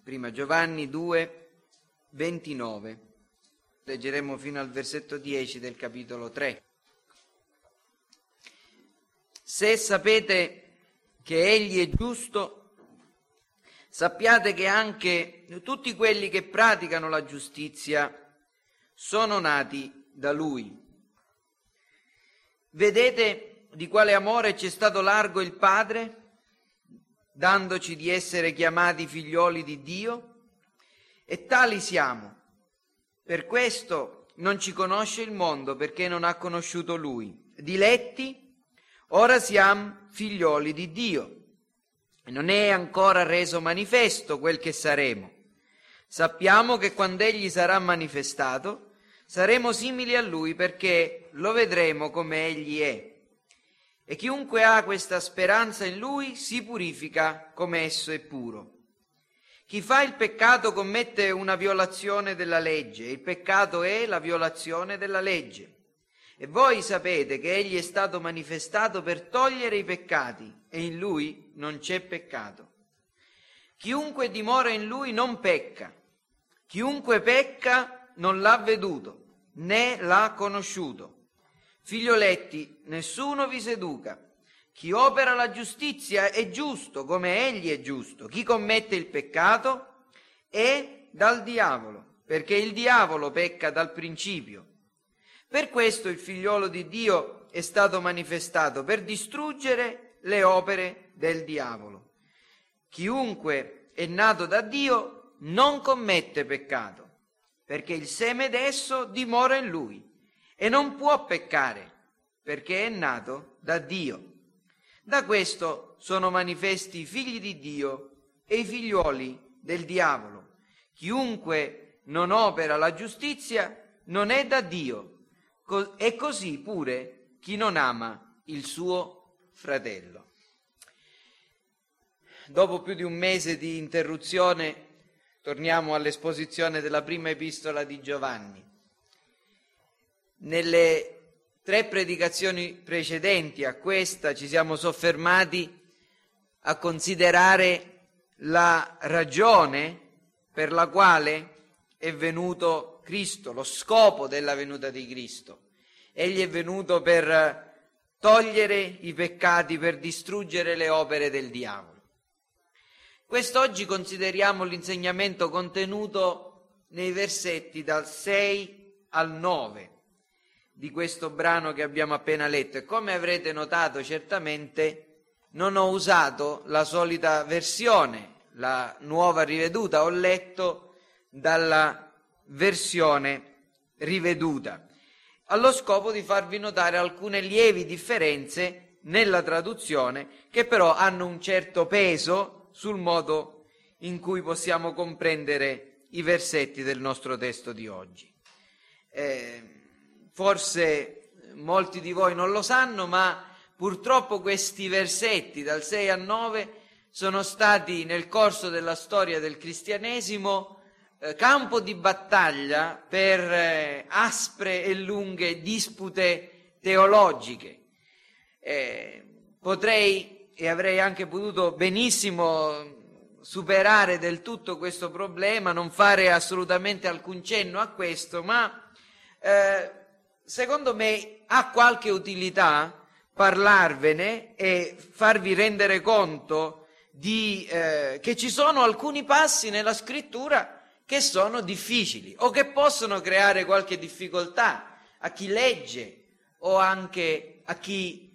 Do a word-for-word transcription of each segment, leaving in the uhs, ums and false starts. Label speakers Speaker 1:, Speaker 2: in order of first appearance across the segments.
Speaker 1: Prima Giovanni due, ventinove. Leggeremo fino al versetto dieci del capitolo tre. Se sapete che Egli è giusto, sappiate che anche tutti quelli che praticano la giustizia sono nati da Lui. Vedete di quale amore ci è stato largo il Padre, dandoci di essere chiamati figlioli di Dio? E tali siamo. Per questo non ci conosce il mondo, perché non ha conosciuto Lui. Diletti, ora siamo figlioli di Dio. E non è ancora reso manifesto quel che saremo. Sappiamo che quando Egli sarà manifestato, saremo simili a Lui, perché lo vedremo come Egli è. E chiunque ha questa speranza in Lui si purifica come esso è puro. Chi fa il peccato commette una violazione della legge, il peccato è la violazione della legge. E voi sapete che Egli è stato manifestato per togliere i peccati, e in Lui non c'è peccato. Chiunque dimora in Lui non pecca. Chiunque pecca non l'ha veduto, né l'ha conosciuto. Figlioletti, nessuno vi seduca. Chi opera la giustizia è giusto, come Egli è giusto. Chi commette il peccato è dal diavolo, perché il diavolo pecca dal principio. Per questo il figliolo di Dio è stato manifestato, per distruggere le opere del diavolo. Chiunque è nato da Dio non commette peccato, perché il seme d'esso dimora in lui e non può peccare, perché è nato da Dio. Da questo sono manifesti i figli di Dio e i figliuoli del diavolo. Chiunque non opera la giustizia non è da Dio, e così pure chi non ama il suo fratello. Dopo più di un mese di interruzione, torniamo all'esposizione della prima epistola di Giovanni. Nelle tre predicazioni precedenti a questa ci siamo soffermati a considerare la ragione per la quale è venuto Cristo, lo scopo della venuta di Cristo. Egli è venuto per togliere i peccati, per distruggere le opere del diavolo. Quest'oggi consideriamo l'insegnamento contenuto nei versetti dal sei al nove di questo brano che abbiamo appena letto, e come avrete notato certamente non ho usato la solita versione, la nuova riveduta, ho letto dalla versione riveduta, allo scopo di farvi notare alcune lievi differenze nella traduzione, che però hanno un certo peso sul modo in cui possiamo comprendere i versetti del nostro testo di oggi. Eh, Forse molti di voi non lo sanno, ma purtroppo questi versetti dal sei al nove sono stati nel corso della storia del cristianesimo eh, campo di battaglia per eh, aspre e lunghe dispute teologiche. Eh, potrei e avrei anche potuto benissimo superare del tutto questo problema, non fare assolutamente alcun cenno a questo, ma eh, secondo me ha qualche utilità parlarvene e farvi rendere conto di eh, che ci sono alcuni passi nella scrittura che sono difficili o che possono creare qualche difficoltà a chi legge o anche a chi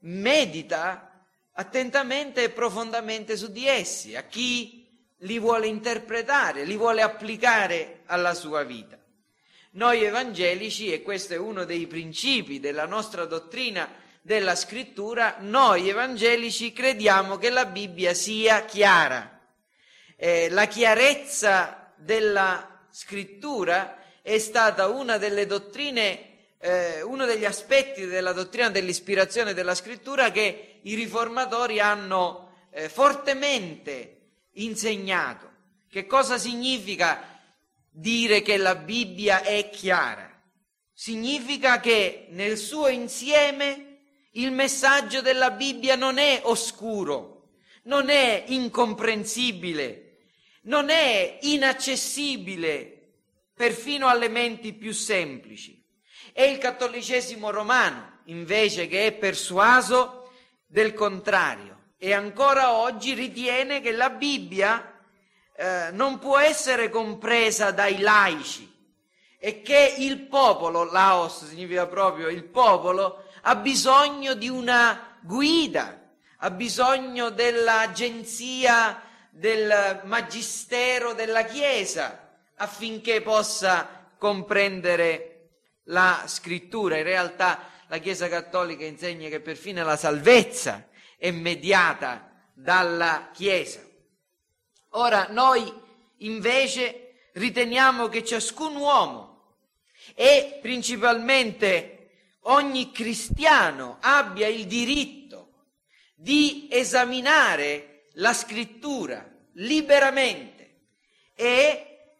Speaker 1: medita attentamente e profondamente su di essi, a chi li vuole interpretare, li vuole applicare alla sua vita. Noi evangelici, e questo è uno dei principi della nostra dottrina della scrittura, noi evangelici crediamo che la Bibbia sia chiara. Eh, la chiarezza della scrittura è stata una delle dottrine, eh, uno degli aspetti della dottrina dell'ispirazione della scrittura che i riformatori hanno eh, fortemente insegnato. Che cosa significa dire che la Bibbia è chiara? Significa che nel suo insieme il messaggio della Bibbia non è oscuro, non è incomprensibile, non è inaccessibile perfino alle menti più semplici. È il cattolicesimo romano, invece, che è persuaso del contrario e ancora oggi ritiene che la Bibbia eh, non può essere compresa dai laici e che il popolo, laos significa proprio il popolo, ha bisogno di una guida, ha bisogno dell'agenzia del magistero della Chiesa affinché possa comprendere la scrittura. In realtà la Chiesa cattolica insegna che perfino la salvezza è mediata dalla Chiesa. Ora noi invece riteniamo che ciascun uomo e principalmente ogni cristiano abbia il diritto di esaminare la scrittura liberamente e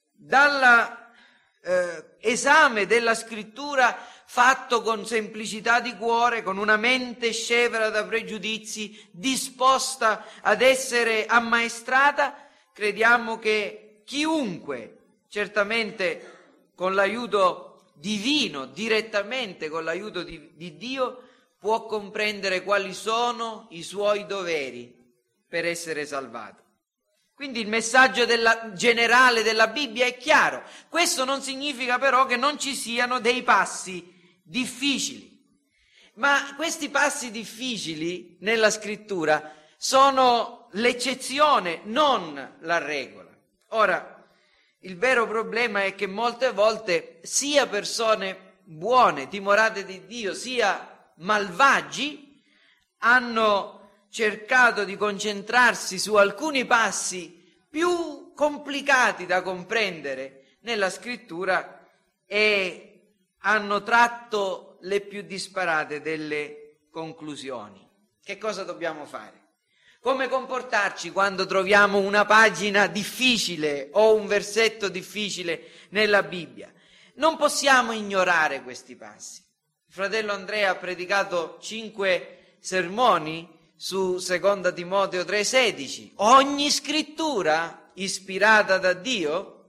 Speaker 1: dall'esame eh, della scrittura fatto con semplicità di cuore, con una mente scevra da pregiudizi, disposta ad essere ammaestrata, crediamo che chiunque, certamente con l'aiuto divino, direttamente con l'aiuto di, di Dio, può comprendere quali sono i suoi doveri per essere salvato. Quindi il messaggio della, generale della Bibbia è chiaro. Questo non significa però che non ci siano dei passi difficili. Ma questi passi difficili nella scrittura sono l'eccezione, non la regola. Ora, il vero problema è che molte volte sia persone buone, timorate di Dio, sia malvagi, hanno cercato di concentrarsi su alcuni passi più complicati da comprendere nella scrittura e hanno tratto le più disparate delle conclusioni. Che cosa dobbiamo fare? Come comportarci quando troviamo una pagina difficile o un versetto difficile nella Bibbia? Non possiamo ignorare questi passi. Il fratello Andrea ha predicato cinque sermoni su seconda Timoteo tre sedici. Ogni scrittura ispirata da Dio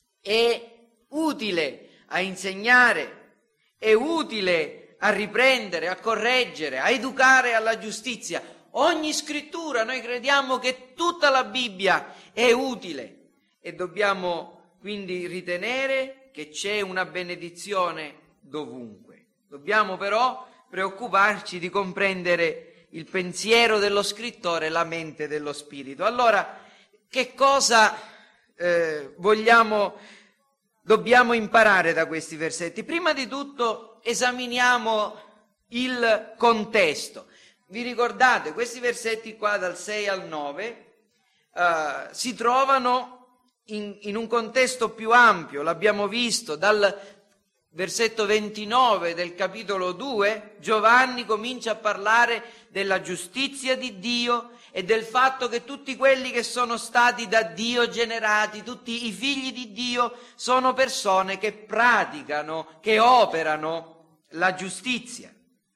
Speaker 1: è utile a insegnare, è utile a riprendere, a correggere, a educare alla giustizia. Ogni scrittura, noi crediamo che tutta la Bibbia è utile e dobbiamo quindi ritenere che c'è una benedizione dovunque. Dobbiamo però preoccuparci di comprendere il pensiero dello scrittore, la mente dello spirito. Allora, che cosa eh, vogliamo, dobbiamo imparare da questi versetti? Prima di tutto esaminiamo il contesto. Vi ricordate, questi versetti qua dal sei al nove eh, si trovano in, in un contesto più ampio, l'abbiamo visto, dal versetto ventinove del capitolo due, Giovanni comincia a parlare della giustizia di Dio e del fatto che tutti quelli che sono stati da Dio generati, tutti i figli di Dio, sono persone che praticano, che operano la giustizia.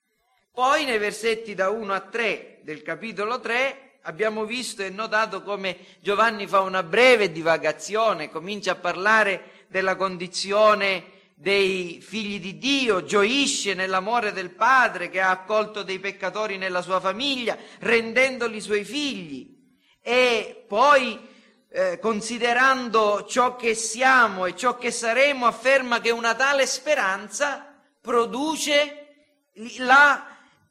Speaker 1: Poi nei versetti da uno a tre del capitolo tre abbiamo visto e notato come Giovanni fa una breve divagazione, comincia a parlare della condizione dei figli di Dio, gioisce nell'amore del Padre che ha accolto dei peccatori nella sua famiglia, rendendoli suoi figli, e poi eh, considerando ciò che siamo e ciò che saremo, afferma che una tale speranza produce la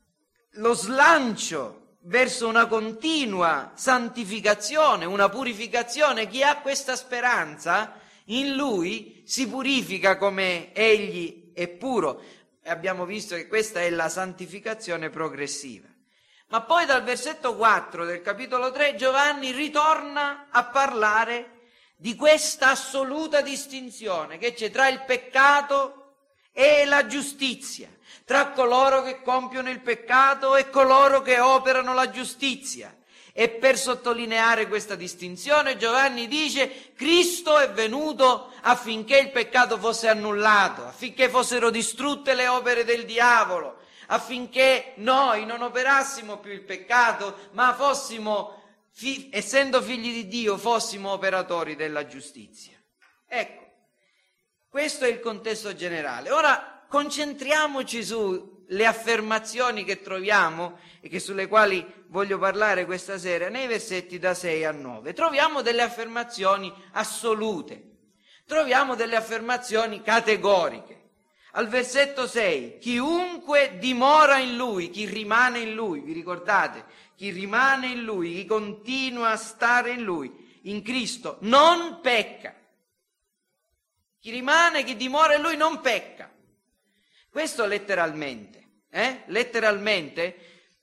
Speaker 1: lo slancio verso una continua santificazione, una purificazione. Chi ha questa speranza, in lui si purifica come egli è puro. E abbiamo visto che questa è la santificazione progressiva. Ma poi dal versetto quattro del capitolo tre Giovanni ritorna a parlare di questa assoluta distinzione che c'è tra il peccato e la giustizia, tra coloro che compiono il peccato e coloro che operano la giustizia. E per sottolineare questa distinzione Giovanni dice: Cristo è venuto affinché il peccato fosse annullato, affinché fossero distrutte le opere del diavolo, affinché noi non operassimo più il peccato, ma fossimo fi- essendo figli di Dio, fossimo operatori della giustizia. Ecco, questo è il contesto generale. Ora concentriamoci sulle affermazioni che troviamo e che sulle quali voglio parlare questa sera nei versetti da sei a nove. Troviamo delle affermazioni assolute, troviamo delle affermazioni categoriche. Al versetto sei, chiunque dimora in Lui, chi rimane in Lui, vi ricordate? Chi rimane in Lui, chi continua a stare in Lui, in Cristo, non pecca. Chi rimane, chi dimora in Lui non pecca. Questo letteralmente, eh? Letteralmente,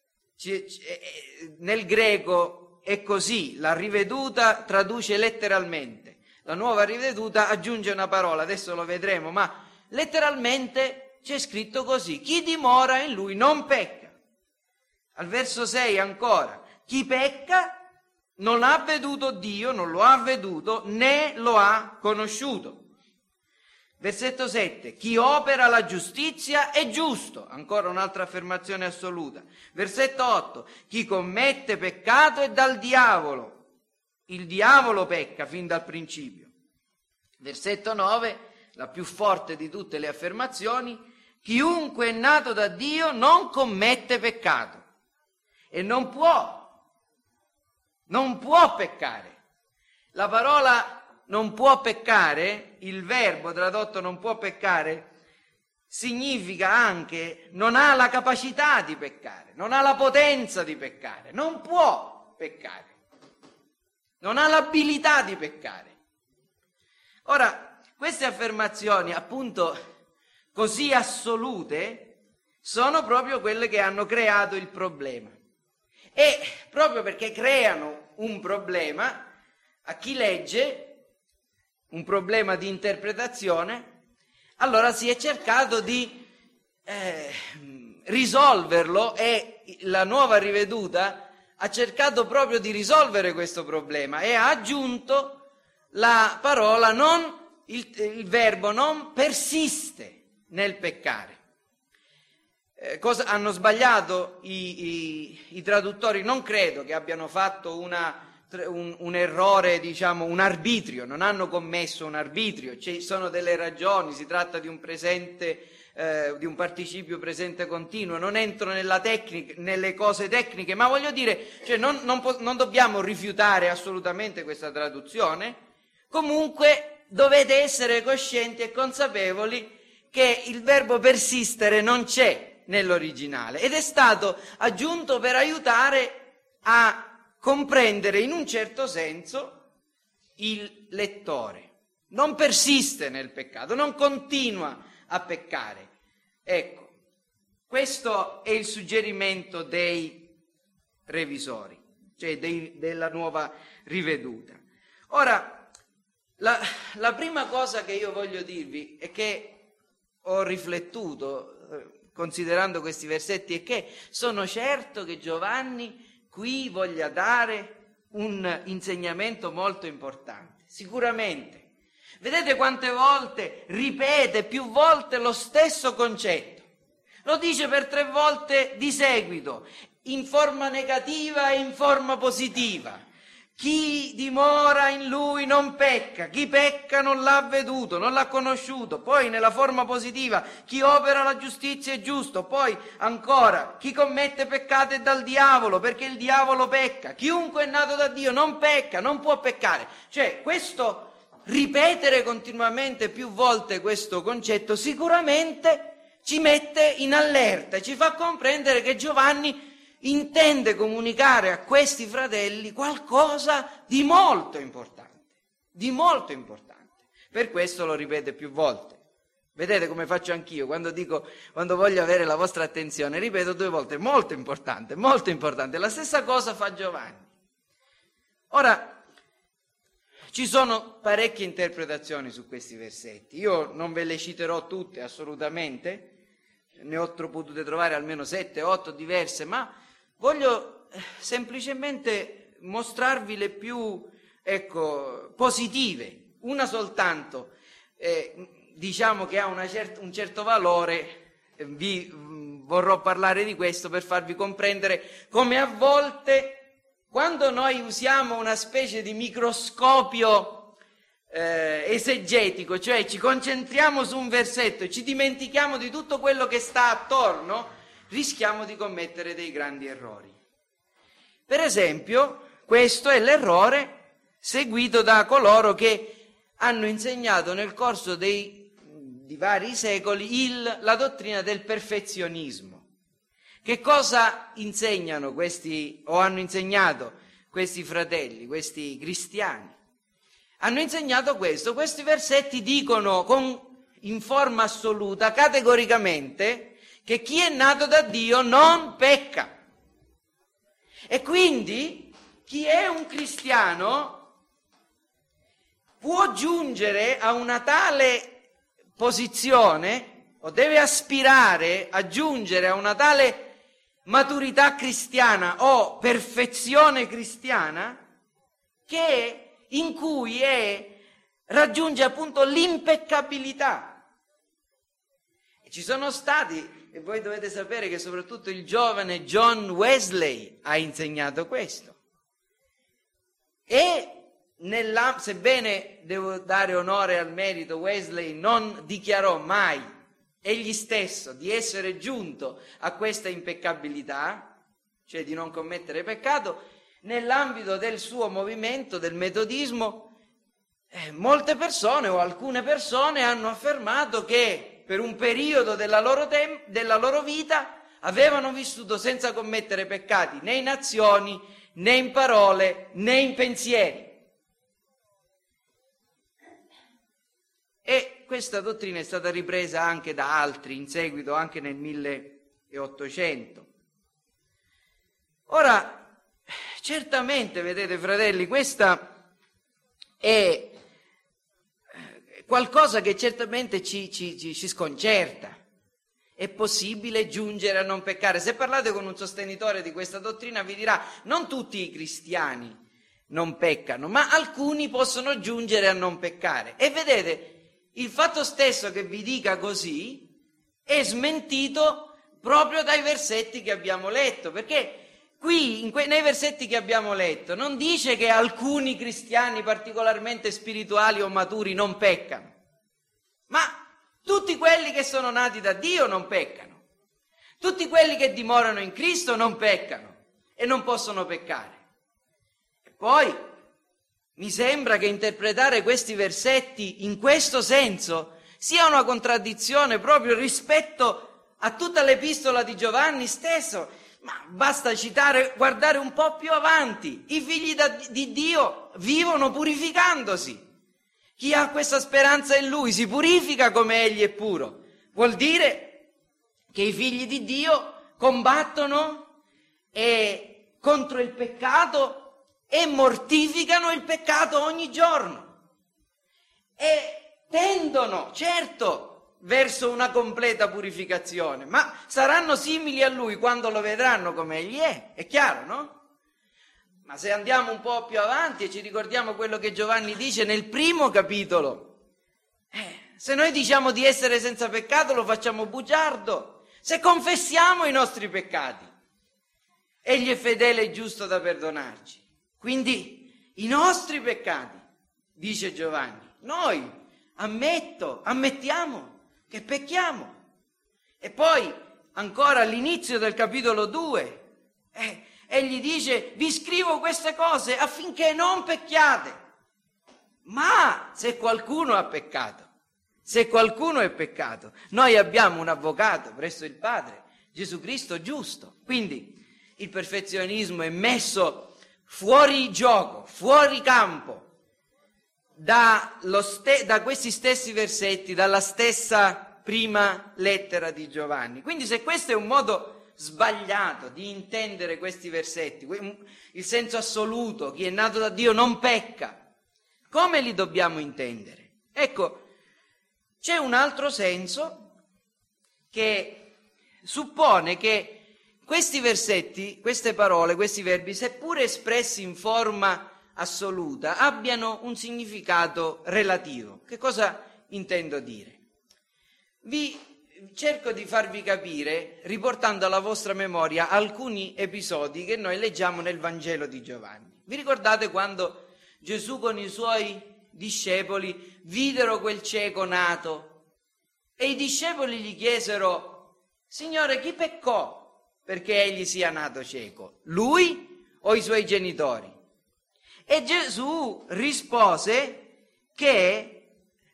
Speaker 1: nel greco è così, la riveduta traduce letteralmente, la nuova riveduta aggiunge una parola, adesso lo vedremo, ma letteralmente c'è scritto così, chi dimora in Lui non pecca. Al verso sei ancora, chi pecca non ha veduto Dio, non lo ha veduto né lo ha conosciuto. Versetto sette, chi opera la giustizia è giusto, ancora un'altra affermazione assoluta. Versetto otto, chi commette peccato è dal diavolo, il diavolo pecca fin dal principio. Versetto nove, la più forte di tutte le affermazioni, chiunque è nato da Dio non commette peccato e non può, non può peccare. La parola non può peccare, il verbo tradotto non può peccare, significa anche non ha la capacità di peccare, non ha la potenza di peccare, non può peccare, non ha l'abilità di peccare. Ora, queste affermazioni, appunto, così assolute, sono proprio quelle che hanno creato il problema. E proprio perché creano un problema, a chi legge, un problema di interpretazione, allora si è cercato di eh, risolverlo e la nuova riveduta ha cercato proprio di risolvere questo problema e ha aggiunto la parola non, il, il verbo non persiste nel peccare. Eh, cosa, hanno sbagliato i, i, i traduttori? Non credo che abbiano fatto una Un, un errore, diciamo, un arbitrio, non hanno commesso un arbitrio, ci sono delle ragioni, si tratta di un presente, eh, di un participio presente continuo, non entro nella tecnica, nelle cose tecniche, ma voglio dire, cioè non, non, non dobbiamo rifiutare assolutamente questa traduzione, comunque dovete essere coscienti e consapevoli che il verbo persistere non c'è nell'originale ed è stato aggiunto per aiutare a comprendere in un certo senso il lettore. Non persiste nel peccato, non continua a peccare. Ecco, questo è il suggerimento dei revisori, cioè dei, della nuova riveduta. Ora, la, la prima cosa che io voglio dirvi è che ho riflettuto eh, considerando questi versetti è che sono certo che Giovanni qui voglia dare un insegnamento molto importante, sicuramente. Vedete quante volte ripete più volte lo stesso concetto, lo dice per tre volte di seguito, in forma negativa e in forma positiva. Chi dimora in Lui non pecca, chi pecca non l'ha veduto, non l'ha conosciuto. Poi nella forma positiva, chi opera la giustizia è giusto. Poi ancora, chi commette peccato è dal diavolo, perché il diavolo pecca. Chiunque è nato da Dio non pecca, non può peccare. Cioè, questo ripetere continuamente più volte questo concetto sicuramente ci mette in allerta e ci fa comprendere che Giovanni intende comunicare a questi fratelli qualcosa di molto importante, di molto importante. Per questo lo ripete più volte. Vedete come faccio anch'io, quando dico, quando voglio avere la vostra attenzione, ripeto due volte, molto importante, molto importante. La stessa cosa fa Giovanni. Ora, ci sono parecchie interpretazioni su questi versetti. Io non ve le citerò tutte assolutamente, ne ho potute trovare almeno sette, otto diverse, ma voglio semplicemente mostrarvi le più, ecco, positive. Una soltanto, eh, diciamo che ha una cert- un certo valore, eh, vi mh, vorrò parlare di questo per farvi comprendere come a volte quando noi usiamo una specie di microscopio eh, esegetico, cioè ci concentriamo su un versetto e ci dimentichiamo di tutto quello che sta attorno, rischiamo di commettere dei grandi errori. Per esempio, questo è l'errore seguito da coloro che hanno insegnato nel corso dei, di vari secoli il, la dottrina del perfezionismo. Che cosa insegnano questi, o hanno insegnato questi fratelli, questi cristiani? Hanno insegnato questo, questi versetti dicono con, in forma assoluta, categoricamente, che chi è nato da Dio non pecca. E quindi chi è un cristiano può giungere a una tale posizione, o deve aspirare a giungere a una tale maturità cristiana o perfezione cristiana, che in cui è, raggiunge appunto l'impeccabilità. E ci sono stati, e voi dovete sapere che soprattutto il giovane John Wesley ha insegnato questo. E nella, sebbene devo dare onore al merito, Wesley non dichiarò mai egli stesso di essere giunto a questa impeccabilità, cioè di non commettere peccato, nell'ambito del suo movimento, del metodismo, eh, molte persone o alcune persone hanno affermato che per un periodo della loro, tem- della loro vita avevano vissuto senza commettere peccati né in azioni, né in parole, né in pensieri. E questa dottrina è stata ripresa anche da altri in seguito, anche nel milleottocento. Ora, certamente, vedete fratelli, questa è qualcosa che certamente ci, ci, ci, ci sconcerta. È possibile giungere a non peccare? Se parlate con un sostenitore di questa dottrina vi dirà: non tutti i cristiani non peccano, ma alcuni possono giungere a non peccare. E vedete, il fatto stesso che vi dica così è smentito proprio dai versetti che abbiamo letto, perché qui in que- nei versetti che abbiamo letto non dice che alcuni cristiani particolarmente spirituali o maturi non peccano, ma tutti quelli che sono nati da Dio non peccano, tutti quelli che dimorano in Cristo non peccano e non possono peccare. E poi mi sembra che interpretare questi versetti in questo senso sia una contraddizione proprio rispetto a tutta l'epistola di Giovanni stesso. Ma basta citare, guardare un po' più avanti. I figli da, di Dio vivono purificandosi. Chi ha questa speranza in Lui si purifica come Egli è puro. Vuol dire che i figli di Dio combattono e, contro il peccato e mortificano il peccato ogni giorno e tendono, certo, verso una completa purificazione, ma saranno simili a Lui quando lo vedranno come Egli è, è chiaro, no? Ma se andiamo un po' più avanti e ci ricordiamo quello che Giovanni dice nel primo capitolo, eh, se noi diciamo di essere senza peccato lo facciamo bugiardo. Se confessiamo i nostri peccati, Egli è fedele e giusto da perdonarci. Quindi i nostri peccati, dice Giovanni, noi ammetto, ammettiamo che pecchiamo. E poi ancora all'inizio del capitolo due, eh, egli dice: vi scrivo queste cose affinché non pecchiate. Ma se qualcuno ha peccato, se qualcuno è peccato, noi abbiamo un avvocato presso il Padre, Gesù Cristo giusto. Quindi il perfezionismo è messo fuori gioco, fuori campo, da, lo ste- da questi stessi versetti, dalla stessa prima lettera di Giovanni. Quindi se questo è un modo sbagliato di intendere questi versetti, il senso assoluto, chi è nato da Dio non pecca, come li dobbiamo intendere? Ecco, c'è un altro senso che suppone che questi versetti, queste parole, questi verbi, seppure espressi in forma assoluta, abbiano un significato relativo. Che cosa intendo dire? Vi, cerco di farvi capire, riportando alla vostra memoria alcuni episodi che noi leggiamo nel Vangelo di Giovanni. Vi ricordate quando Gesù con i suoi discepoli videro quel cieco nato e i discepoli gli chiesero: Signore, chi peccò perché egli sia nato cieco, lui o i suoi genitori? E Gesù rispose che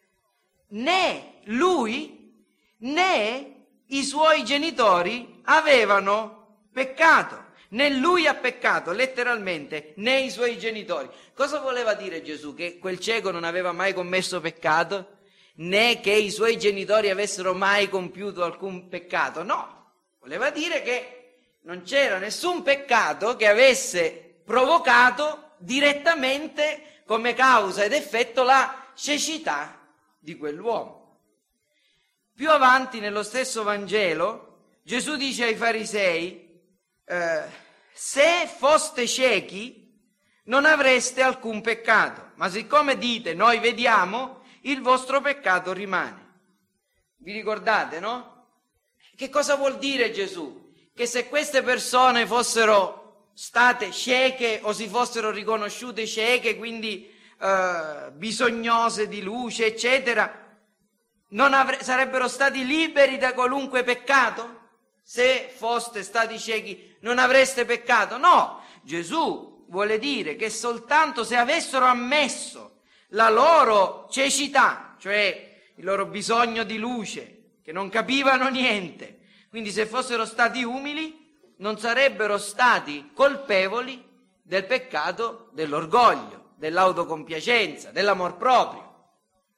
Speaker 1: né lui né i suoi genitori avevano peccato. Né lui ha peccato, letteralmente, né i suoi genitori. Cosa voleva dire Gesù? Che quel cieco non aveva mai commesso peccato? Né che i suoi genitori avessero mai compiuto alcun peccato? No, voleva dire che non c'era nessun peccato che avesse provocato direttamente come causa ed effetto la cecità di quell'uomo. Più avanti nello stesso Vangelo Gesù dice ai farisei: Eh, se foste ciechi non avreste alcun peccato, ma siccome dite noi vediamo, il vostro peccato rimane. Vi ricordate, no? Che cosa vuol dire Gesù? Che se queste persone fossero state cieche o si fossero riconosciute cieche, quindi eh, bisognose di luce, eccetera, non avre- sarebbero stati liberi da qualunque peccato? Se foste stati ciechi non avreste peccato? No, Gesù vuole dire che soltanto se avessero ammesso la loro cecità, cioè il loro bisogno di luce, che non capivano niente, quindi se fossero stati umili non sarebbero stati colpevoli del peccato dell'orgoglio, dell'autocompiacenza, dell'amor proprio.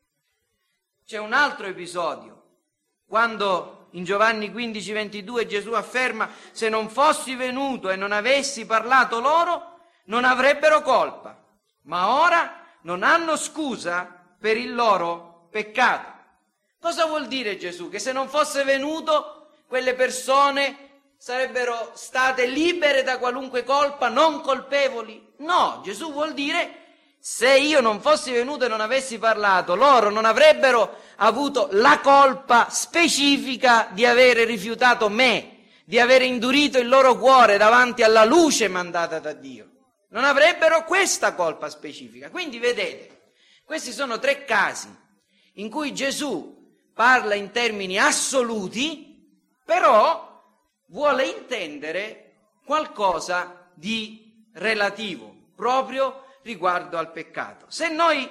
Speaker 1: C'è un altro episodio, quando in Giovanni quindici ventidue Gesù afferma: se non fossi venuto e non avessi parlato loro, non avrebbero colpa, ma ora non hanno scusa per il loro peccato. Cosa vuol dire Gesù? Che se non fosse venuto, quelle persone sarebbero state libere da qualunque colpa, non colpevoli? No, Gesù vuol dire: se io non fossi venuto e non avessi parlato, loro non avrebbero avuto la colpa specifica di avere rifiutato me, di avere indurito il loro cuore davanti alla luce mandata da Dio. Non avrebbero questa colpa specifica. Quindi vedete, questi sono tre casi in cui Gesù parla in termini assoluti, però vuole intendere qualcosa di relativo, proprio riguardo al peccato. Se noi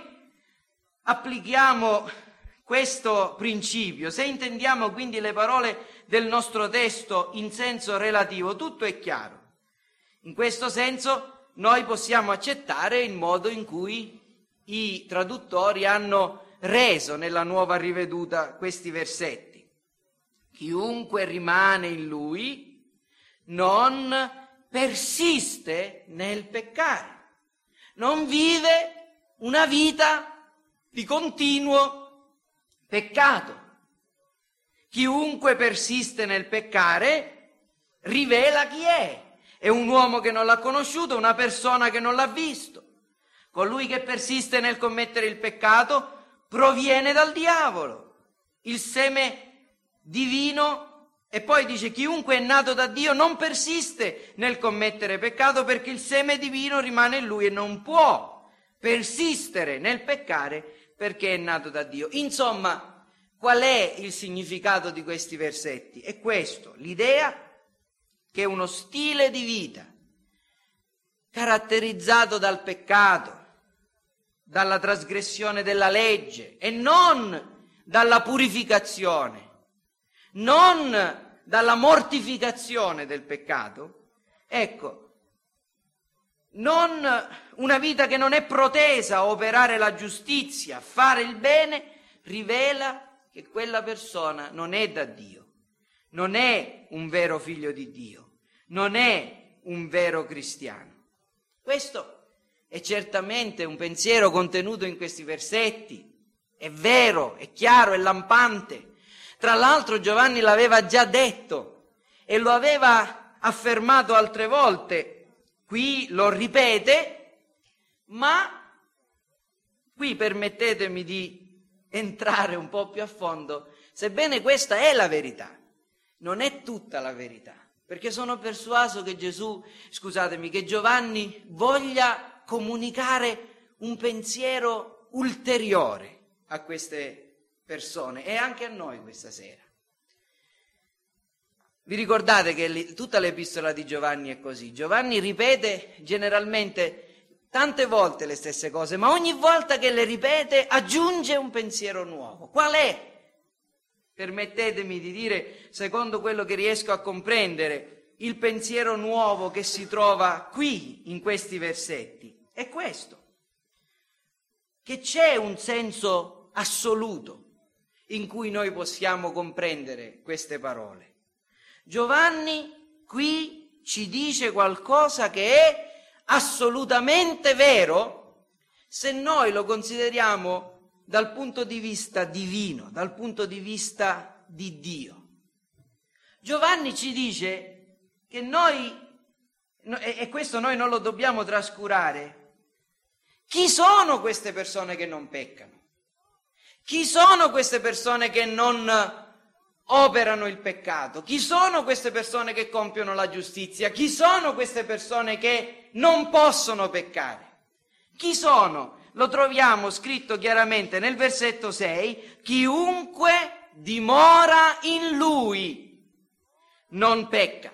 Speaker 1: applichiamo questo principio, se intendiamo quindi le parole del nostro testo in senso relativo, tutto è chiaro. In questo senso noi possiamo accettare il modo in cui i traduttori hanno reso nella nuova riveduta questi versetti. Chiunque rimane in lui non persiste nel peccare, non vive una vita di continuo peccato. Chiunque persiste nel peccare rivela chi è. È un uomo che non l'ha conosciuto, una persona che non l'ha visto. Colui che persiste nel commettere il peccato proviene dal diavolo. Il seme divino, e poi dice: chiunque è nato da Dio non persiste nel commettere peccato, perché il seme divino rimane in lui e non può persistere nel peccare perché è nato da Dio. Insomma, qual è il significato di questi versetti? È questo: l'idea che uno stile di vita caratterizzato dal peccato, dalla trasgressione della legge e non dalla purificazione, non dalla mortificazione del peccato, ecco, non una vita che non è protesa a operare la giustizia, a fare il bene, rivela che quella persona non è da Dio, non è un vero figlio di Dio, non è un vero cristiano. Questo è certamente un pensiero contenuto in questi versetti, è vero, è chiaro, è lampante. Tra l'altro Giovanni l'aveva già detto e lo aveva affermato altre volte. Qui lo ripete, ma qui permettetemi di entrare un po' più a fondo. sebbene questa è la verità, non è tutta la verità, perché sono persuaso che Gesù, scusatemi, che Giovanni voglia comunicare un pensiero ulteriore a queste persone e anche a noi questa sera. Vi ricordate che tutta l'epistola di Giovanni è così? Giovanni ripete generalmente tante volte le stesse cose, ma ogni volta che le ripete aggiunge un pensiero nuovo. Qual è? Permettetemi di dire, secondo quello che riesco a comprendere, il pensiero nuovo che si trova qui, in questi versetti, è questo: che c'è un senso assoluto in cui noi possiamo comprendere queste parole. Giovanni qui ci dice qualcosa che è assolutamente vero se noi lo consideriamo dal punto di vista divino, dal punto di vista di Dio. Giovanni ci dice che noi, e questo noi non lo dobbiamo trascurare, chi sono queste persone che non peccano? Chi sono queste persone che non operano il peccato? Chi sono queste persone che compiono la giustizia? Chi sono queste persone che non possono peccare? Chi sono? Lo troviamo scritto chiaramente nel versetto sei: chiunque dimora in Lui non pecca.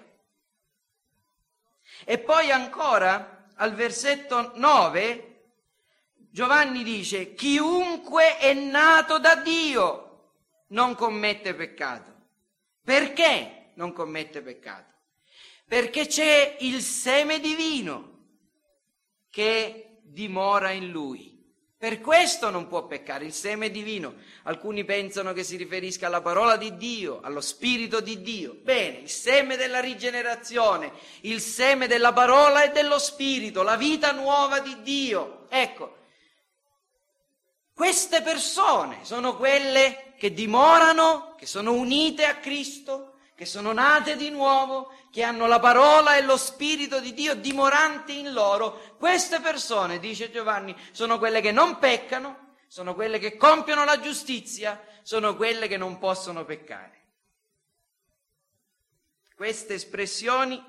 Speaker 1: E poi ancora al versetto nove Giovanni dice: chiunque è nato da Dio non commette peccato. Perché non commette peccato? Perché c'è il seme divino che dimora in lui. Per questo non può peccare, il seme divino. Alcuni pensano che si riferisca alla parola di Dio, allo Spirito di Dio. Bene, il seme della rigenerazione, il seme della parola e dello Spirito, la vita nuova di Dio. Ecco, queste persone sono quelle che dimorano, che sono unite a Cristo, che sono nate di nuovo, che hanno la parola e lo Spirito di Dio dimoranti in loro. Queste persone, dice Giovanni, sono quelle che non peccano, sono quelle che compiono la giustizia, sono quelle che non possono peccare. Queste espressioni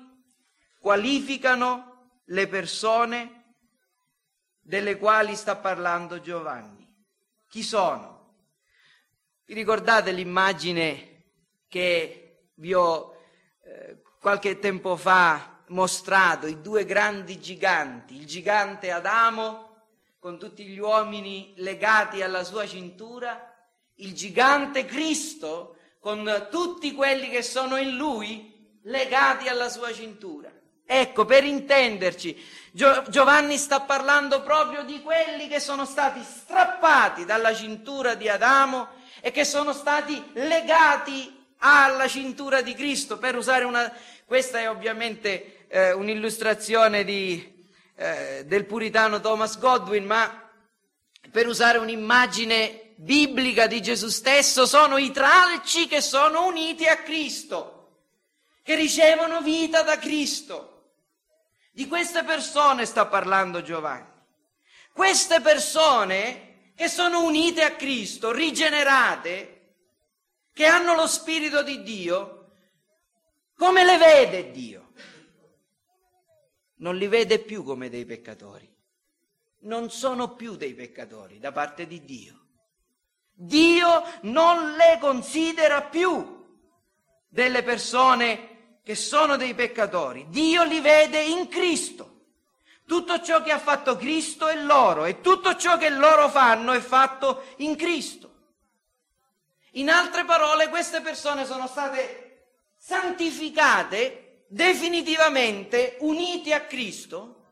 Speaker 1: qualificano le persone delle quali sta parlando Giovanni. Chi sono? Vi ricordate l'immagine che vi ho eh, qualche tempo fa mostrato? I due grandi giganti, il gigante Adamo con tutti gli uomini legati alla sua cintura, il gigante Cristo con tutti quelli che sono in lui legati alla sua cintura. Ecco, per intenderci, Giovanni sta parlando proprio di quelli che sono stati strappati dalla cintura di Adamo e che sono stati legati alla cintura di Cristo. Per usare una, questa è ovviamente eh, un'illustrazione di, eh, del puritano Thomas Godwin, ma per usare un'immagine biblica di Gesù stesso, sono i tralci che sono uniti a Cristo, che ricevono vita da Cristo. Di queste persone sta parlando Giovanni. Queste persone che sono unite a Cristo, rigenerate, che hanno lo Spirito di Dio, come le vede Dio? Non li vede più come dei peccatori. Non sono più dei peccatori da parte di Dio. Dio non le considera più delle persone che sono dei peccatori. Dio li vede in Cristo. Tutto ciò che ha fatto Cristo è loro e tutto ciò che loro fanno è fatto in Cristo. In altre parole, queste persone sono state santificate definitivamente, uniti a Cristo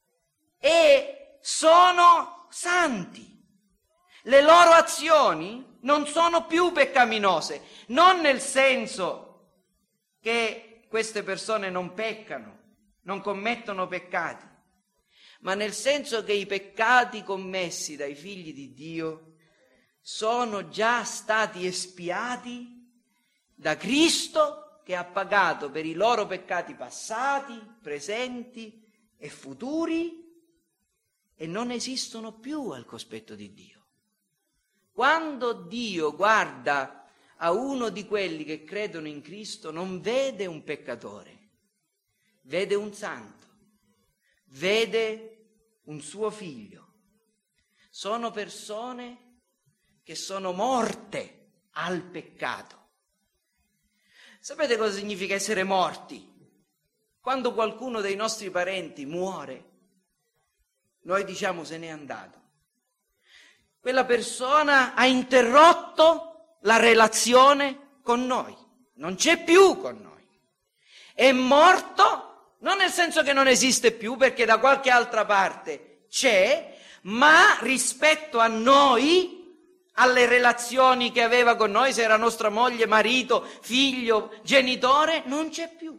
Speaker 1: e sono santi. Le loro azioni non sono più peccaminose, non nel senso che queste persone non peccano, non commettono peccati, ma nel senso che i peccati commessi dai figli di Dio sono già stati espiati da Cristo, che ha pagato per i loro peccati passati, presenti e futuri, e non esistono più al cospetto di Dio. Quando Dio guarda a uno di quelli che credono in Cristo non vede un peccatore, vede un santo, vede un suo figlio. Sono persone che sono morte al peccato. Sapete cosa significa essere morti? Quando qualcuno dei nostri parenti muore, noi diciamo se n'è andato. Quella persona ha interrotto la relazione con noi, non c'è più con noi. È morto, non nel senso che non esiste più, perché da qualche altra parte c'è, ma rispetto a noi, alle relazioni che aveva con noi, se era nostra moglie, marito, figlio, genitore, non c'è più.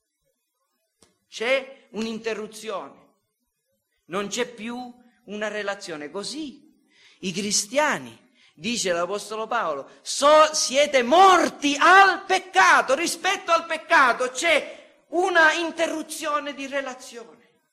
Speaker 1: C'è un'interruzione, non c'è più una relazione. Così i cristiani, dice l'Apostolo Paolo, so, siete morti al peccato, rispetto al peccato c'è una interruzione di relazione.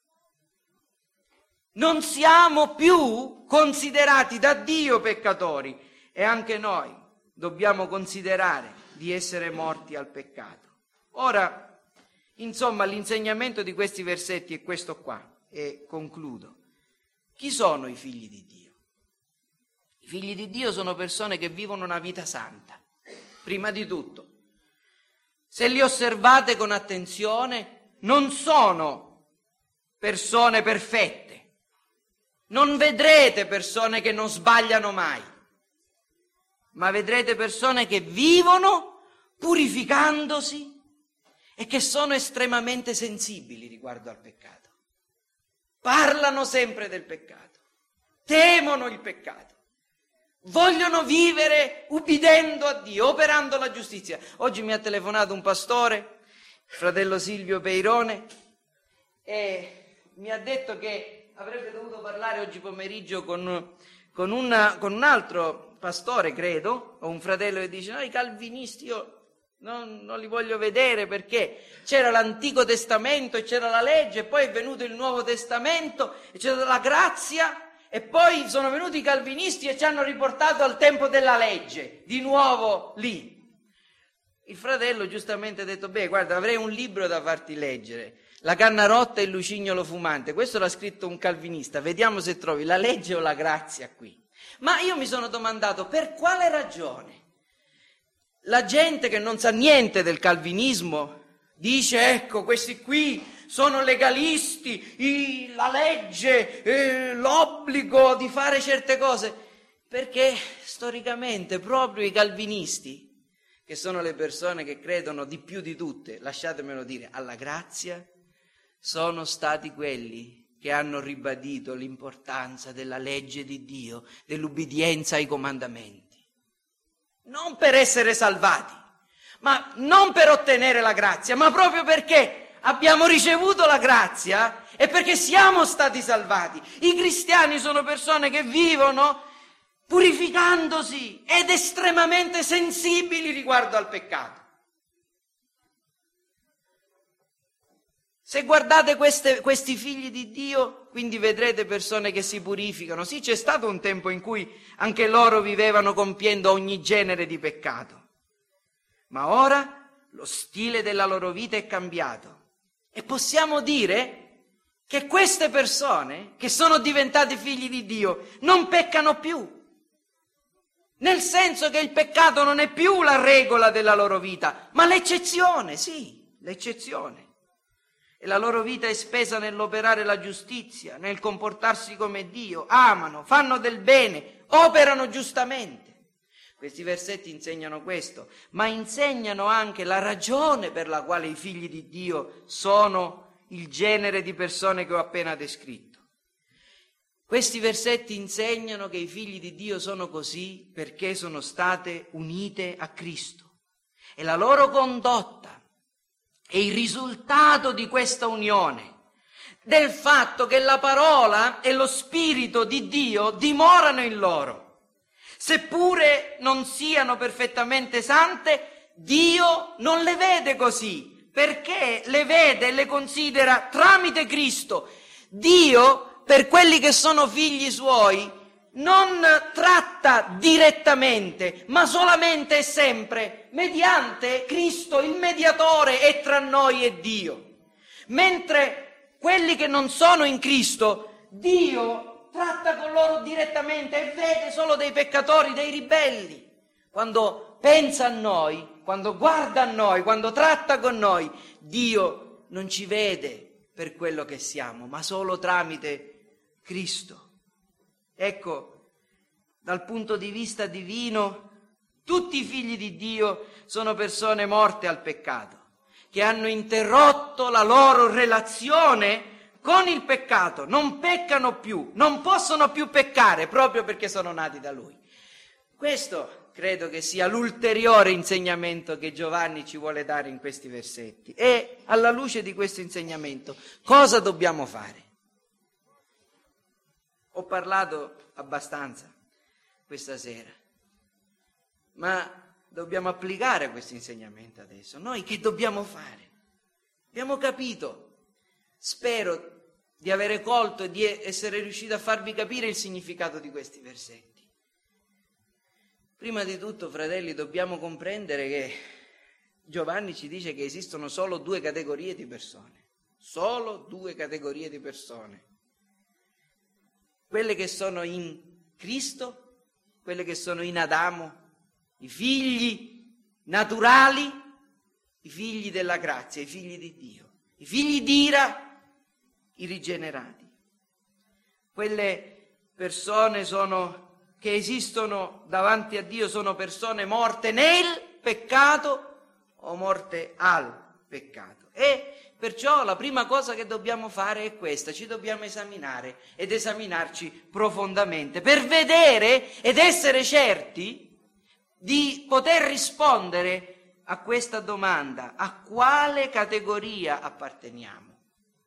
Speaker 1: Non siamo più considerati da Dio peccatori e anche noi dobbiamo considerare di essere morti al peccato. Ora, insomma, l'insegnamento di questi versetti è questo qua e concludo. Chi sono i figli di Dio? I figli di Dio sono persone che vivono una vita santa, prima di tutto. Se li osservate con attenzione, non sono persone perfette. Non vedrete persone che non sbagliano mai, ma vedrete persone che vivono purificandosi e che sono estremamente sensibili riguardo al peccato. Parlano sempre del peccato, temono il peccato, vogliono vivere ubbidendo a Dio, operando la giustizia. Oggi mi ha telefonato un pastore, il fratello Silvio Peirone, e mi ha detto che avrebbe dovuto parlare oggi pomeriggio con, con, una, con un altro pastore, credo, o un fratello che dice: no, i calvinisti io non, non li voglio vedere perché c'era l'Antico Testamento e c'era la legge, e poi è venuto il Nuovo Testamento e c'era la grazia, e poi sono venuti i calvinisti e ci hanno riportato al tempo della legge, di nuovo lì. Il fratello giustamente ha detto: beh, guarda, avrei un libro da farti leggere, La canna rotta e il lucignolo fumante. Questo l'ha scritto un calvinista. Vediamo se trovi la legge o la grazia qui. Ma io mi sono domandato per quale ragione la gente che non sa niente del calvinismo dice: ecco, questi qui sono legalisti, i, la legge, eh, l'obbligo di fare certe cose. Perché storicamente proprio i calvinisti, che sono le persone che credono di più di tutte, lasciatemelo dire, alla grazia, sono stati quelli che hanno ribadito l'importanza della legge di Dio, dell'ubbidienza ai comandamenti. Non per essere salvati, ma non per ottenere la grazia, ma proprio perché abbiamo ricevuto la grazia e perché siamo stati salvati. I cristiani sono persone che vivono purificandosi ed estremamente sensibili riguardo al peccato. Se guardate queste, questi figli di Dio, quindi vedrete persone che si purificano. Sì, c'è stato un tempo in cui anche loro vivevano compiendo ogni genere di peccato, ma ora lo stile della loro vita è cambiato e possiamo dire che queste persone che sono diventate figli di Dio non peccano più, nel senso che il peccato non è più la regola della loro vita, ma l'eccezione, sì, l'eccezione. E la loro vita è spesa nell'operare la giustizia, nel comportarsi come Dio, amano, fanno del bene, operano giustamente. Questi versetti insegnano questo, ma insegnano anche la ragione per la quale i figli di Dio sono il genere di persone che ho appena descritto. Questi versetti insegnano che i figli di Dio sono così perché sono state unite a Cristo e la loro condotta è il risultato di questa unione, del fatto che la parola e lo Spirito di Dio dimorano in loro. Seppure non siano perfettamente sante, Dio non le vede così, perché le vede e le considera tramite Cristo. Dio, per quelli che sono figli suoi, non tratta direttamente, ma solamente e sempre mediante Cristo, il mediatore è tra noi e Dio. Mentre quelli che non sono in Cristo, Dio tratta con loro direttamente e vede solo dei peccatori, dei ribelli. Quando pensa a noi, quando guarda a noi, quando tratta con noi, Dio non ci vede per quello che siamo, ma solo tramite Cristo. Ecco, dal punto di vista divino, tutti i figli di Dio sono persone morte al peccato, che hanno interrotto la loro relazione con il peccato, non peccano più, non possono più peccare proprio perché sono nati da Lui. Questo credo che sia l'ulteriore insegnamento che Giovanni ci vuole dare in questi versetti. E alla luce di questo insegnamento, cosa dobbiamo fare? Ho parlato abbastanza questa sera, ma dobbiamo applicare questo insegnamento adesso. Noi che dobbiamo fare? Abbiamo capito, spero di avere colto e di essere riuscito a farvi capire il significato di questi versetti. Prima di tutto, fratelli, dobbiamo comprendere che Giovanni ci dice che esistono solo due categorie di persone, solo due categorie di persone. Quelle che sono in Cristo, quelle che sono in Adamo, i figli naturali, i figli della grazia, i figli di Dio, i figli d'ira, i rigenerati. Quelle persone sono, che esistono davanti a Dio sono persone morte nel peccato o morte al peccato. E perciò la prima cosa che dobbiamo fare è questa: ci dobbiamo esaminare ed esaminarci profondamente per vedere ed essere certi di poter rispondere a questa domanda: a quale categoria apparteniamo?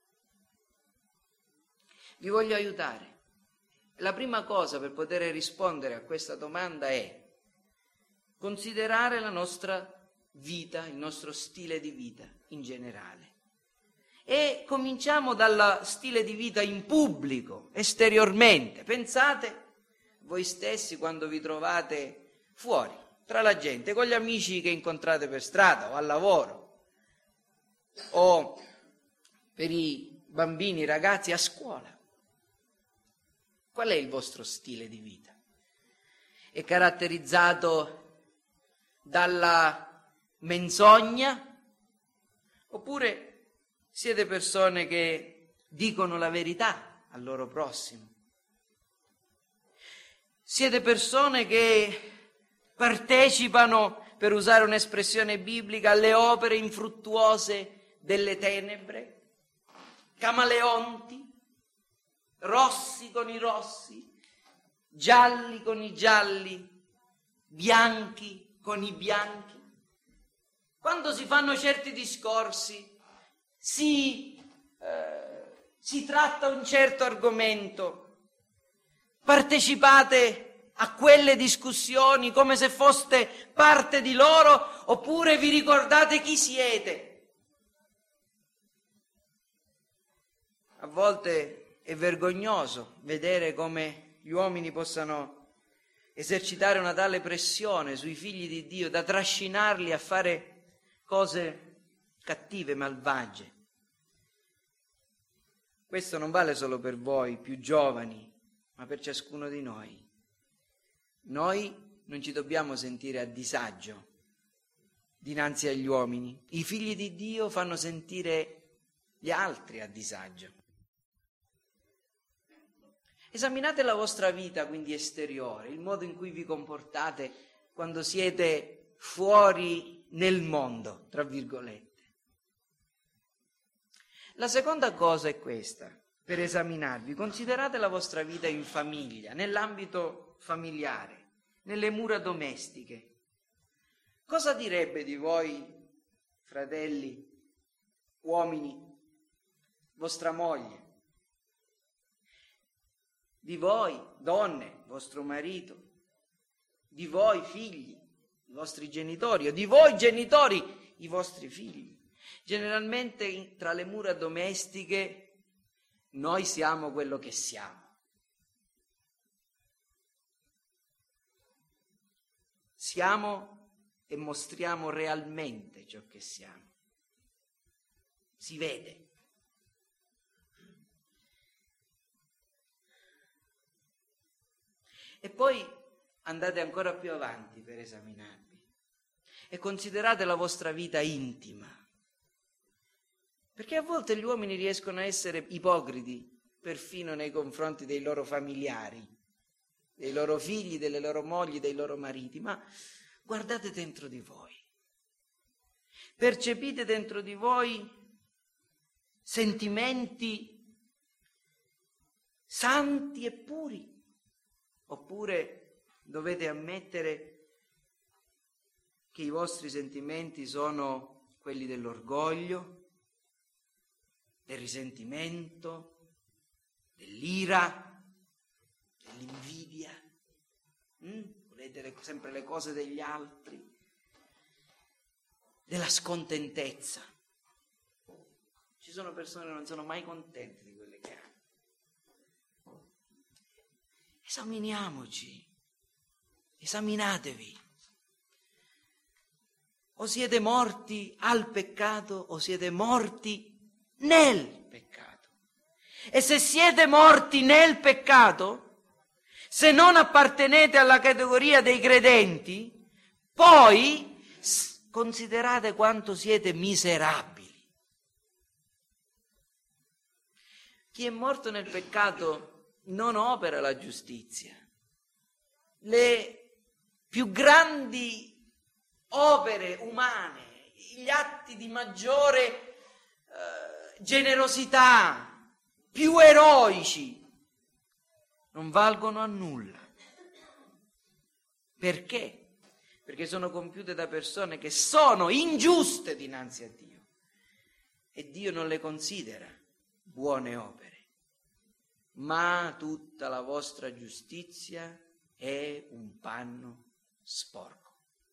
Speaker 1: Vi voglio aiutare. La prima cosa per poter rispondere a questa domanda è considerare la nostra vita, il nostro stile di vita in generale. E cominciamo dal stile di vita in pubblico, esteriormente. Pensate voi stessi quando vi trovate fuori, tra la gente, con gli amici che incontrate per strada o al lavoro, o per i bambini, i ragazzi a scuola. Qual è il vostro stile di vita? È caratterizzato dalla menzogna? Oppure siete persone che dicono la verità al loro prossimo? Siete persone che partecipano, per usare un'espressione biblica, alle opere infruttuose delle tenebre? Camaleonti? Rossi con i rossi? Gialli con i gialli? Bianchi con i bianchi? Quando si fanno certi discorsi, si, eh, si tratta un certo argomento, partecipate a quelle discussioni come se foste parte di loro, oppure vi ricordate chi siete? A volte è vergognoso vedere come gli uomini possano esercitare una tale pressione sui figli di Dio da trascinarli a fare cose cattive, malvagie. Questo non vale solo per voi più giovani, ma per ciascuno di noi. Noi non ci dobbiamo sentire a disagio dinanzi agli uomini. I figli di Dio fanno sentire gli altri a disagio. Esaminate la vostra vita quindi esteriore, il modo in cui vi comportate quando siete fuori nel mondo, tra virgolette. La seconda cosa è questa, per esaminarvi: considerate la vostra vita in famiglia, nell'ambito familiare, nelle mura domestiche. Cosa direbbe di voi, fratelli, uomini, vostra moglie? Di voi, donne, vostro marito? Di voi, figli, i vostri genitori? O di voi, genitori, i vostri figli? Generalmente in, tra le mura domestiche noi siamo quello che siamo. siamo e mostriamo realmente ciò che siamo. Si vede. E poi andate ancora più avanti per esaminarvi e considerate la vostra vita intima. Perché a volte gli uomini riescono a essere ipocriti perfino nei confronti dei loro familiari, dei loro figli, delle loro mogli, dei loro mariti, ma guardate dentro di voi. Percepite dentro di voi sentimenti santi e puri. Oppure dovete ammettere che i vostri sentimenti sono quelli dell'orgoglio, del risentimento, dell'ira, dell'invidia. Mm? Volete le, sempre le cose degli altri, della scontentezza. Ci sono persone che non sono mai contente di quelle che hanno. Esaminiamoci, esaminatevi. O siete morti al peccato o siete morti nel peccato. E se siete morti nel peccato, se non appartenete alla categoria dei credenti, poi considerate quanto siete miserabili. Chi è morto nel peccato non opera la giustizia. Le più grandi opere umane, gli atti di maggiore eh, generosità, più eroici, non valgono a nulla. Perché? Perché sono compiute da persone che sono ingiuste dinanzi a Dio e Dio non le considera buone opere. Ma tutta la vostra giustizia è un panno sporco.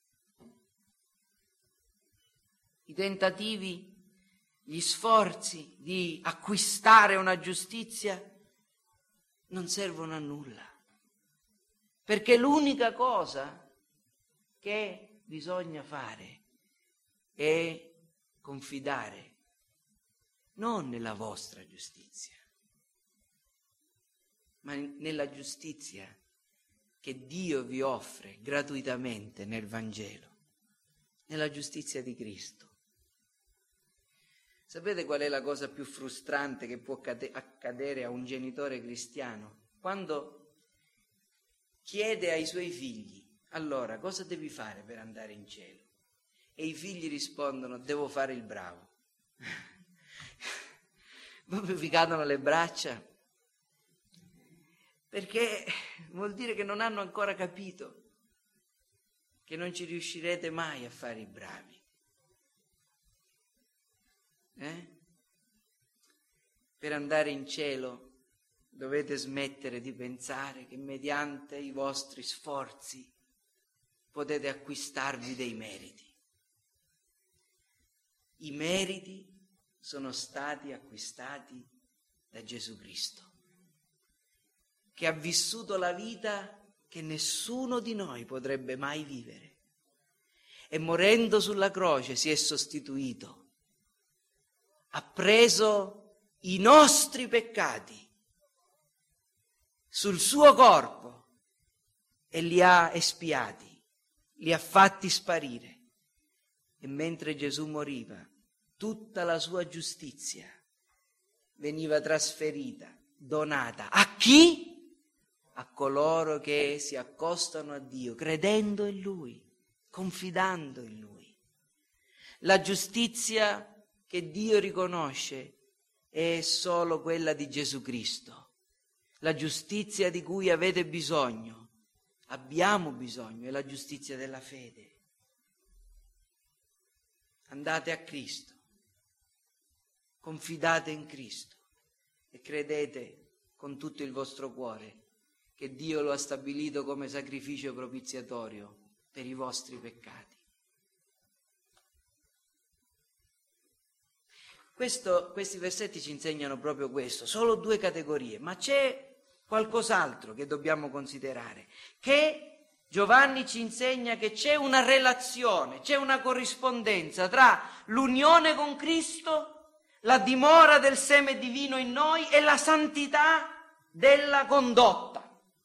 Speaker 1: I tentativi, gli sforzi di acquistare una giustizia non servono a nulla, perché l'unica cosa che bisogna fare è confidare non nella vostra giustizia, ma nella giustizia che Dio vi offre gratuitamente nel Vangelo, nella giustizia di Cristo. Sapete qual è la cosa più frustrante che può accadere a un genitore cristiano? Quando chiede ai suoi figli: allora, cosa devi fare per andare in cielo? E i figli rispondono: devo fare il bravo. Proprio vi cadono le braccia, perché vuol dire che non hanno ancora capito che non ci riuscirete mai a fare i bravi. Eh? Per andare in cielo dovete smettere di pensare che mediante i vostri sforzi potete acquistarvi dei meriti. I meriti sono stati acquistati da Gesù Cristo, che ha vissuto la vita che nessuno di noi potrebbe mai vivere e morendo sulla croce si è sostituito, ha preso i nostri peccati sul suo corpo e li ha espiati, li ha fatti sparire. E mentre Gesù moriva, tutta la sua giustizia veniva trasferita, donata a chi? A coloro che si accostano a Dio, credendo in Lui, confidando in Lui. La giustizia che Dio riconosce è solo quella di Gesù Cristo. La giustizia di cui avete bisogno, abbiamo bisogno, è la giustizia della fede. Andate a Cristo, confidate in Cristo e credete con tutto il vostro cuore che Dio lo ha stabilito come sacrificio propiziatorio per i vostri peccati. Questo, questi versetti ci insegnano proprio questo, solo due categorie, ma c'è qualcos'altro che dobbiamo considerare, che Giovanni ci insegna che c'è una relazione, c'è una corrispondenza tra l'unione con Cristo, la dimora del seme divino in noi e la santità della condotta.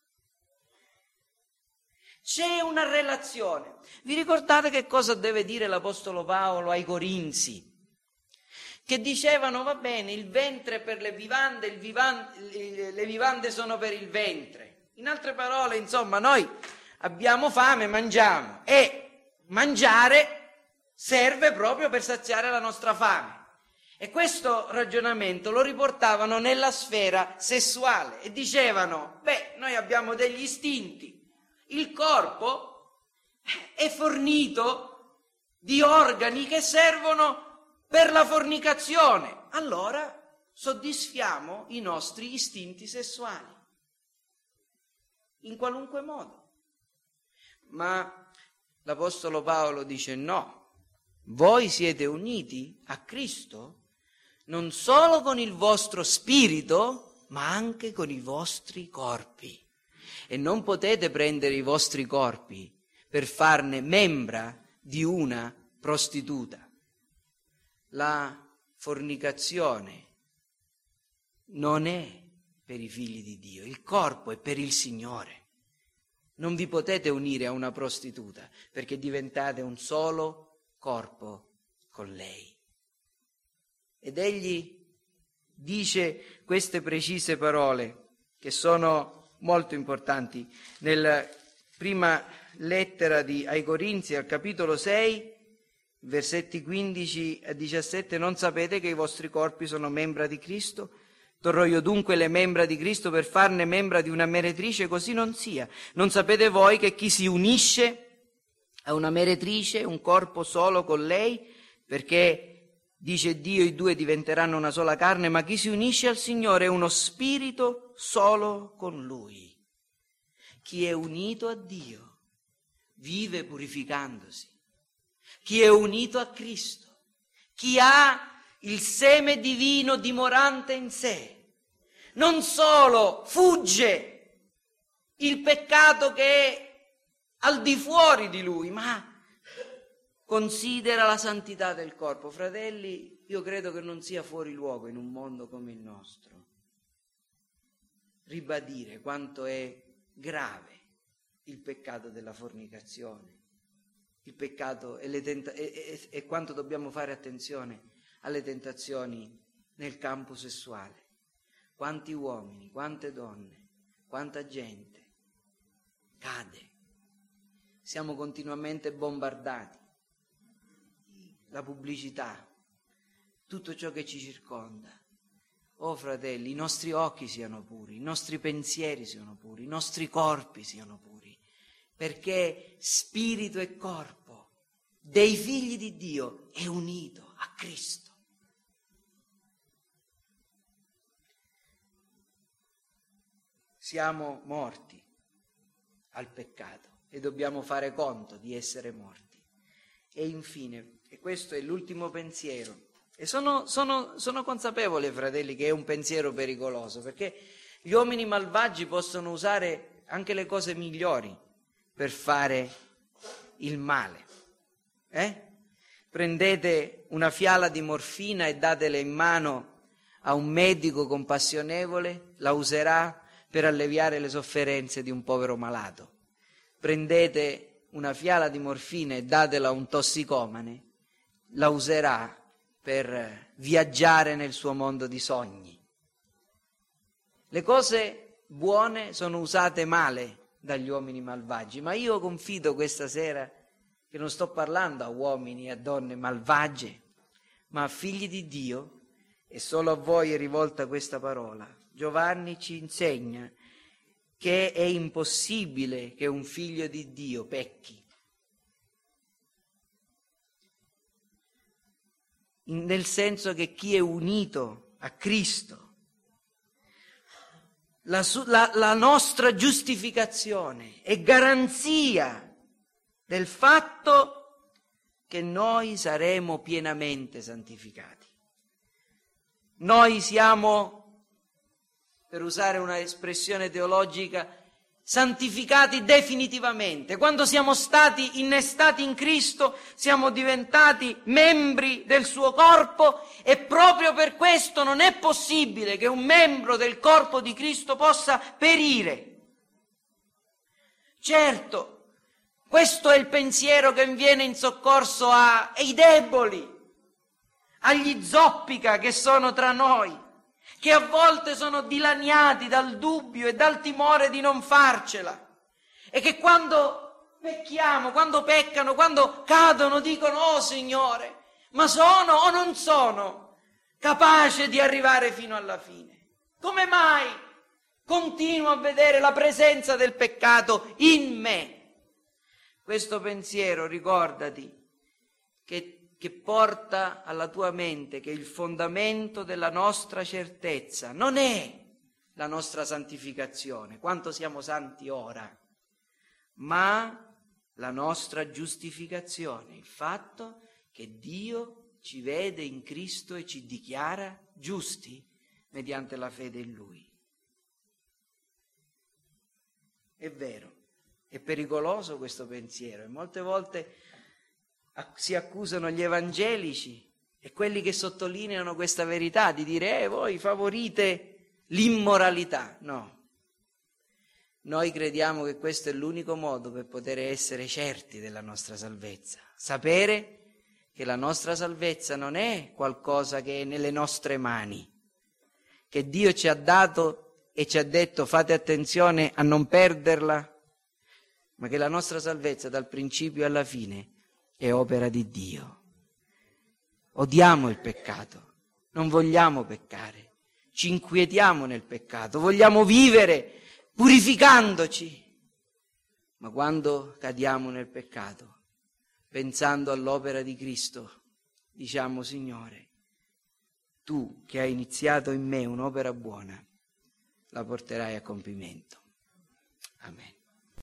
Speaker 1: C'è una relazione. Vi ricordate che cosa deve dire l'Apostolo Paolo ai Corinzi? Che dicevano, va bene, il ventre per le vivande, il vivande, le vivande sono per il ventre. In altre parole, insomma, noi abbiamo fame, mangiamo, e mangiare serve proprio per saziare la nostra fame. E questo ragionamento lo riportavano nella sfera sessuale e dicevano, beh, noi abbiamo degli istinti, il corpo è fornito di organi che servono per la fornicazione, allora soddisfiamo i nostri istinti sessuali, in qualunque modo. Ma l'Apostolo Paolo dice no, voi siete uniti a Cristo non solo con il vostro spirito, ma anche con i vostri corpi. E non potete prendere i vostri corpi per farne membra di una prostituta. La fornicazione non è per i figli di Dio, il corpo è per il Signore. Non vi potete unire a una prostituta perché diventate un solo corpo con lei. Ed egli dice queste precise parole che sono molto importanti. Nella prima lettera di, ai Corinzi, al capitolo sei, versetti quindici a diciassette, non sapete che i vostri corpi sono membra di Cristo? Torrò io dunque le membra di Cristo per farne membra di una meretrice? Così non sia. Non sapete voi che chi si unisce a una meretrice è un corpo solo con lei? Perché dice Dio, i due diventeranno una sola carne, ma chi si unisce al Signore è uno spirito solo con Lui. Chi è unito a Dio vive purificandosi. Chi è unito a Cristo, chi ha il seme divino dimorante in sé, non solo fugge il peccato che è al di fuori di lui, ma considera la santità del corpo. Fratelli, io credo che non sia fuori luogo in un mondo come il nostro ribadire quanto è grave il peccato della fornicazione, il peccato e, le tenta- e, e, e quanto dobbiamo fare attenzione alle tentazioni nel campo sessuale. Quanti uomini, quante donne, quanta gente cade. Siamo continuamente bombardati. La pubblicità, tutto ciò che ci circonda. Oh fratelli, i nostri occhi siano puri, i nostri pensieri siano puri, i nostri corpi siano puri, perché spirito e corpo dei figli di Dio è unito a Cristo. Siamo morti al peccato e dobbiamo fare conto di essere morti. E infine, e questo è l'ultimo pensiero, e sono, sono, sono consapevole, fratelli, che è un pensiero pericoloso, perché gli uomini malvagi possono usare anche le cose migliori per fare il male. Eh? Prendete una fiala di morfina e datela in mano a un medico compassionevole, la userà per alleviare le sofferenze di un povero malato. Prendete una fiala di morfina e datela a un tossicomane, la userà per viaggiare nel suo mondo di sogni. Le cose buone sono usate male dagli uomini malvagi, ma io confido questa sera che non sto parlando a uomini e a donne malvagie, ma a figli di Dio, e solo a voi è rivolta questa parola. Giovanni ci insegna che è impossibile che un figlio di Dio pecchi, nel senso che chi è unito a Cristo, la, la, la nostra giustificazione è garanzia del fatto che noi saremo pienamente santificati. Noi siamo, per usare una espressione teologica, santificati definitivamente. Quando siamo stati innestati in Cristo, siamo diventati membri del suo corpo, e proprio per questo non è possibile che un membro del corpo di Cristo possa perire. Certo, questo è il pensiero che viene in soccorso a, ai deboli, agli zoppica che sono tra noi, che a volte sono dilaniati dal dubbio e dal timore di non farcela, e che quando pecchiamo, quando peccano, quando cadono, dicono: oh Signore, ma sono o non sono capace di arrivare fino alla fine? Come mai continuo a vedere la presenza del peccato in me? Questo pensiero, ricordati, che che porta alla tua mente che il fondamento della nostra certezza non è la nostra santificazione, quanto siamo santi ora, ma la nostra giustificazione, il fatto che Dio ci vede in Cristo e ci dichiara giusti mediante la fede in Lui. È vero, è pericoloso questo pensiero, e molte volte si accusano gli evangelici e quelli che sottolineano questa verità di dire: eh, voi favorite l'immoralità. No, noi crediamo che questo è l'unico modo per poter essere certi della nostra salvezza, sapere che la nostra salvezza non è qualcosa che è nelle nostre mani, che Dio ci ha dato e ci ha detto: fate attenzione a non perderla, ma che la nostra salvezza dal principio alla fine è opera di Dio. Odiamo il peccato, non vogliamo peccare, ci inquietiamo nel peccato, vogliamo vivere purificandoci, ma quando cadiamo nel peccato, pensando all'opera di Cristo, diciamo: Signore, tu che hai iniziato in me un'opera buona, la porterai a compimento. Amen.